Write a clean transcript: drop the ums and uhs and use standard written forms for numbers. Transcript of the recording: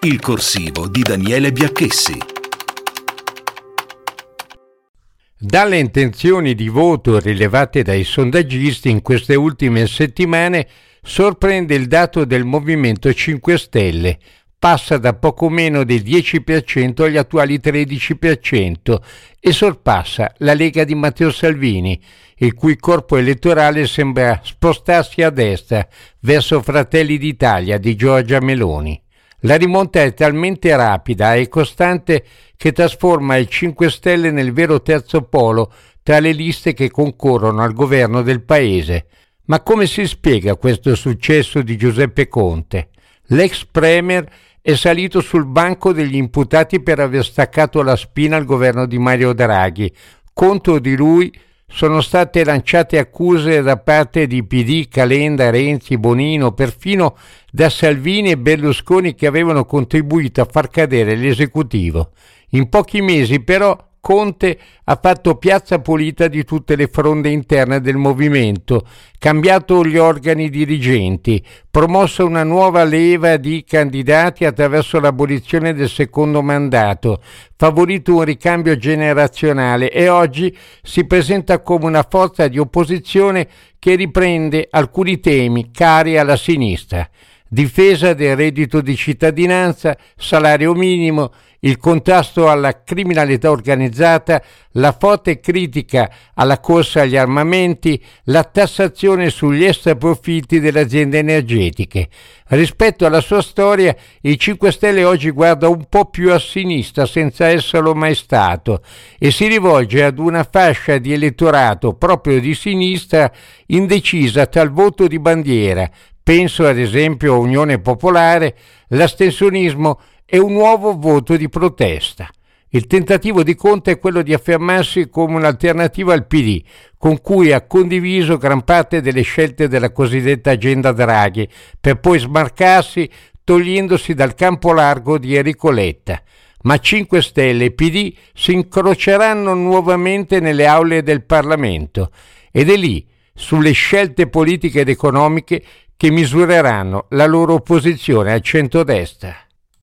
Il corsivo di Daniele Biacchessi. Dalle intenzioni di voto rilevate dai sondaggisti in queste ultime settimane sorprende il dato del Movimento 5 Stelle. Passa da poco meno del 10% agli attuali 13% e sorpassa la Lega di Matteo Salvini, il cui corpo elettorale sembra spostarsi a destra verso Fratelli d'Italia di Giorgia Meloni. La rimonta è talmente rapida e costante che trasforma il 5 Stelle nel vero terzo polo tra le liste che concorrono al governo del paese. Ma come si spiega questo successo di Giuseppe Conte? L'ex premier è salito sul banco degli imputati per aver staccato la spina al governo di Mario Draghi. Contro di lui sono state lanciate accuse da parte di PD, Calenda, Renzi, Bonino, perfino da Salvini e Berlusconi, che avevano contribuito a far cadere l'esecutivo. In pochi mesi però Conte ha fatto piazza pulita di tutte le fronde interne del movimento, cambiato gli organi dirigenti, promosso una nuova leva di candidati attraverso l'abolizione del secondo mandato, favorito un ricambio generazionale e oggi si presenta come una forza di opposizione che riprende alcuni temi cari alla sinistra: difesa del reddito di cittadinanza, salario minimo, il contrasto alla criminalità organizzata, la forte critica alla corsa agli armamenti, la tassazione sugli extraprofitti delle aziende energetiche. Rispetto alla sua storia, il 5 Stelle oggi guarda un po' più a sinistra senza esserlo mai stato e si rivolge ad una fascia di elettorato proprio di sinistra indecisa tra il voto di bandiera, penso ad esempio a Unione Popolare, l'astensionismo e un nuovo voto di protesta. Il tentativo di Conte è quello di affermarsi come un'alternativa al PD, con cui ha condiviso gran parte delle scelte della cosiddetta agenda Draghi, per poi smarcarsi togliendosi dal campo largo di Enrico Letta. Ma 5 Stelle e PD si incroceranno nuovamente nelle aule del Parlamento ed è lì, sulle scelte politiche ed economiche, che misureranno la loro opposizione al centrodestra.